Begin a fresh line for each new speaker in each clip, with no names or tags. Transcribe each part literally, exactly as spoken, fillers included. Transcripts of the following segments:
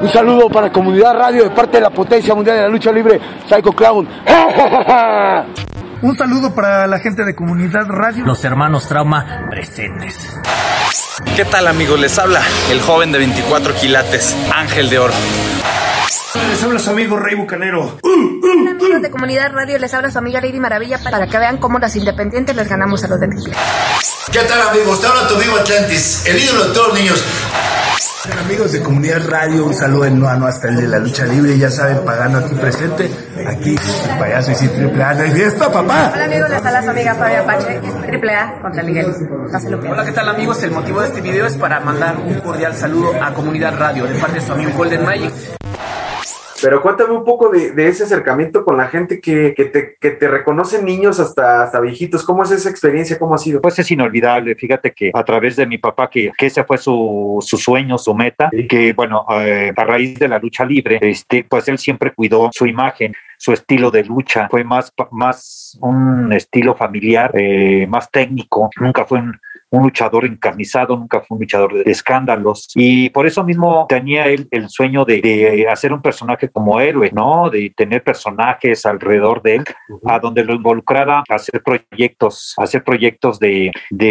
Un saludo para Comunidad Radio de parte de la potencia mundial de la lucha libre, Psycho Clown.
Un saludo para la gente de Comunidad Radio.
Los hermanos Trauma presentes.
¿Qué tal, amigos? Les habla el joven de veinticuatro quilates, Ángel de Oro.
Les habla su amigo Rey Bucanero.
Hola, amigos de Comunidad Radio, les habla su amiga Lady Maravilla para que vean cómo las independientes les ganamos a los de Triple.
¿Qué tal, amigos? Te habla tu amigo Atlantis, el ídolo de todos los niños.
Hola, amigos de Comunidad Radio, un saludo en Noano hasta el de la lucha libre, ya saben, pagando aquí presente, aquí el payaso y sin triple A, no hay fiesta, papá.
Hola, amigos, les habla su amiga Fabia Pache, Triple A contra Miguel. No se lo pierdan.
Hola, ¿qué tal, amigos? El motivo de este video es para mandar un cordial saludo a Comunidad Radio de parte de su amigo Golden Magic.
Pero cuéntame un poco de, de ese acercamiento con la gente que, que, te, que te reconocen niños hasta, hasta viejitos. ¿Cómo es esa experiencia? ¿Cómo ha sido?
Pues es inolvidable. Fíjate que a través de mi papá, que, que ese fue su, su sueño, su meta, y que bueno, eh, a raíz de la lucha libre, este, pues él siempre cuidó su imagen, su estilo de lucha. Fue más, más un estilo familiar, eh, más técnico. Nunca fue un un luchador encarnizado, nunca fue un luchador de, de escándalos, y por eso mismo tenía él el sueño de, de hacer un personaje como héroe, ¿no? De tener personajes alrededor de él, uh-huh. a donde lo involucrara a hacer proyectos, a hacer proyectos de,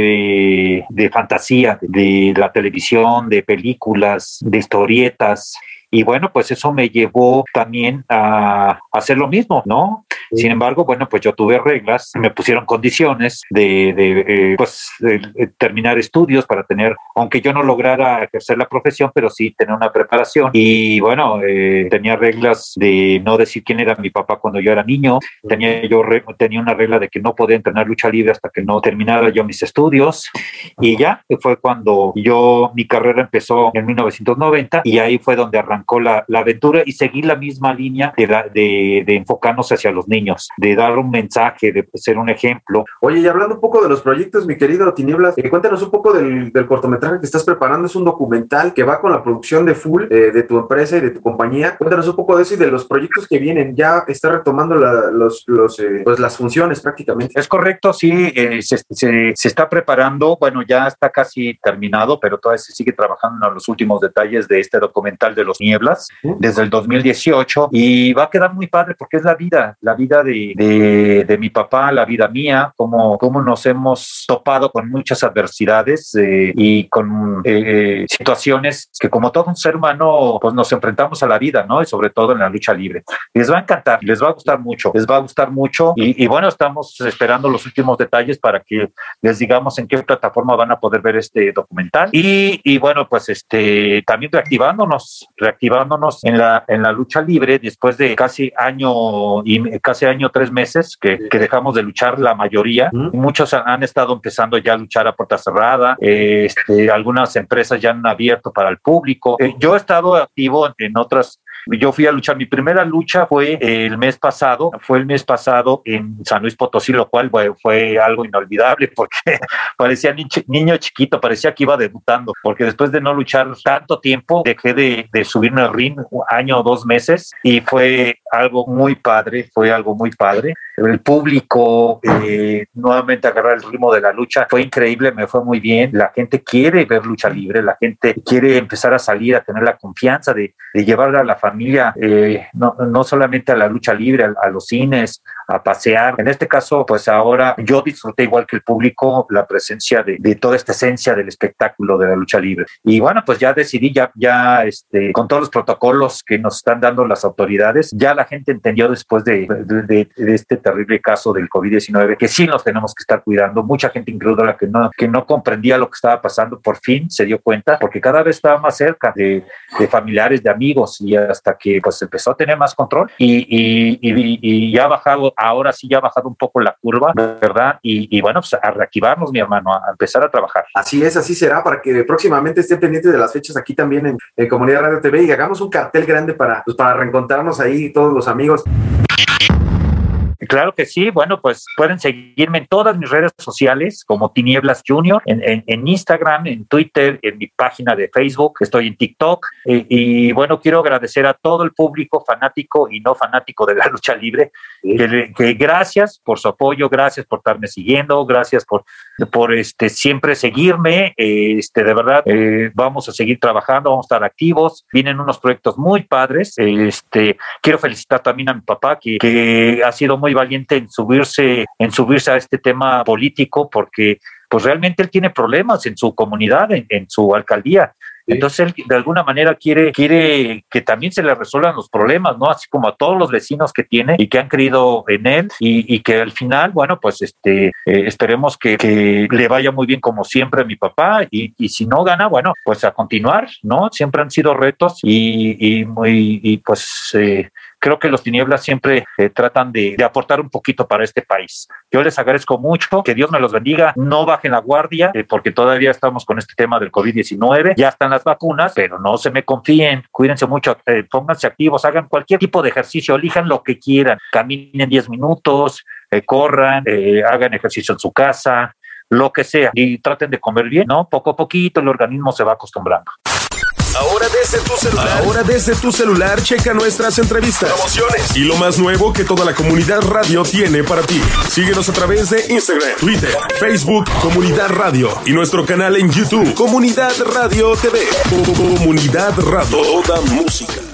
de, de fantasía, de la televisión, de películas, de historietas. Y bueno, pues eso me llevó también a hacer lo mismo, ¿no? Sí. Sin embargo, bueno, pues yo tuve reglas, me pusieron condiciones de, de eh, pues, de, de terminar estudios para tener, aunque yo no lograra ejercer la profesión, pero sí tener una preparación. Y bueno, eh, tenía reglas de no decir quién era mi papá cuando yo era niño. Tenía yo re, tenía una regla de que no podía entrenar lucha libre hasta que no terminara yo mis estudios. Y ya, que fue cuando yo, mi carrera empezó en mil novecientos noventa, y ahí fue donde arrancó La, la aventura y seguir la misma línea de, de, de enfocarnos hacia los niños, de dar un mensaje, de ser un ejemplo.
Oye, y hablando un poco de los proyectos, mi querido Tinieblas, eh, cuéntanos un poco del, del cortometraje que estás preparando. Es un documental que va con la producción de Full, eh, de tu empresa y de tu compañía. Cuéntanos un poco de eso y de los proyectos que vienen. Ya está retomando la, los, los, eh, pues las funciones prácticamente.
Es correcto, sí, eh, se, se, se está preparando. Bueno, ya está casi terminado, pero todavía se sigue trabajando en los últimos detalles de este documental de los niños desde el dos mil dieciocho, y va a quedar muy padre porque es la vida, la vida de, de, de mi papá, la vida mía, cómo, cómo nos hemos topado con muchas adversidades eh, y con eh, situaciones que, como todo un ser humano, pues nos enfrentamos a la vida, ¿no? Y sobre todo en la lucha libre. Les va a encantar, les va a gustar mucho, les va a gustar mucho y, y bueno, estamos esperando los últimos detalles para que les digamos en qué plataforma van a poder ver este documental y, y bueno, pues este también reactivándonos, reactivándonos activándonos en la en la lucha libre después de casi año y casi año tres meses que, que dejamos de luchar la mayoría. Mm. Muchos han, han estado empezando ya a luchar a puerta cerrada. Eh, este, algunas empresas ya han abierto para el público. Eh, yo he estado activo en, en otras. Yo fui a luchar, mi primera lucha fue el mes pasado, fue el mes pasado en San Luis Potosí, lo cual fue, fue algo inolvidable porque parecía ni, niño chiquito, parecía que iba debutando, porque después de no luchar tanto tiempo, dejé de, de subirme al ring un año o dos meses y fue algo muy padre, fue algo muy padre. El público, eh, nuevamente agarrar el ritmo de la lucha, fue increíble, me fue muy bien. La gente quiere ver lucha libre, la gente quiere empezar a salir, a tener la confianza de, de llevar a la familia, eh, no, no solamente a la lucha libre, a, a los cines, a pasear. En este caso, pues ahora yo disfruté igual que el público la presencia de, de toda esta esencia del espectáculo de la lucha libre. Y bueno, pues ya decidí, ya, ya este, con todos los protocolos que nos están dando las autoridades, ya la gente entendió después de, de, de, de este terrible caso del covid diecinueve que sí nos tenemos que estar cuidando. Mucha gente incluida que no, que no comprendía lo que estaba pasando, por fin se dio cuenta, porque cada vez estaba más cerca de, de familiares, de amigos, y hasta que pues empezó a tener más control y, y, y, y ya ha bajado, ahora sí ya ha bajado un poco la curva, ¿verdad? Y, y bueno, pues a reactivarnos, mi hermano, a empezar a trabajar.
Así es, así será, para que próximamente estén pendientes de las fechas aquí también en, en Comunidad Radio T V y hagamos un cartel grande para, pues, para reencontrarnos ahí todos los amigos.
Claro que sí, bueno, pues pueden seguirme en todas mis redes sociales como Tinieblas Junior, en, en, en Instagram, en Twitter, en mi página de Facebook, estoy en TikTok, y, y bueno, quiero agradecer a todo el público fanático y no fanático de la lucha libre, sí. que, que gracias por su apoyo, gracias por estarme siguiendo, gracias por, por este, siempre seguirme, eh, este, de verdad, eh, vamos a seguir trabajando, vamos a estar activos, vienen unos proyectos muy padres, este, quiero felicitar también a mi papá, que, que ha sido muy valiente en subirse, en subirse a este tema político, porque pues realmente él tiene problemas en su comunidad, en, en su alcaldía. Sí. Entonces él de alguna manera quiere, quiere que también se le resuelvan los problemas, ¿no? Así como a todos los vecinos que tiene y que han creído en él, y, y que al final, bueno, pues este eh, esperemos que, que le vaya muy bien como siempre a mi papá, y, y si no gana, bueno, pues a continuar, ¿no? Siempre han sido retos y, y, y, y pues eh, creo que los Tinieblas siempre eh, tratan de, de aportar un poquito para este país. Yo les agradezco mucho, que Dios me los bendiga, no bajen la guardia, eh, porque todavía estamos con este tema del covid diecinueve, ya están las vacunas, pero no se me confíen, cuídense mucho, eh, pónganse activos, hagan cualquier tipo de ejercicio, elijan lo que quieran, caminen diez minutos, eh, corran, eh, hagan ejercicio en su casa, lo que sea, y traten de comer bien, ¿no? Poco a poquito el organismo se va acostumbrando.
Ahora desde tu celular. Ahora desde tu celular checa nuestras entrevistas, promociones y lo más nuevo que toda la comunidad radio tiene para ti. Síguenos a través de Instagram, Twitter, Facebook, Comunidad Radio y nuestro canal en YouTube, Comunidad Radio T V. Comunidad Radio, toda música.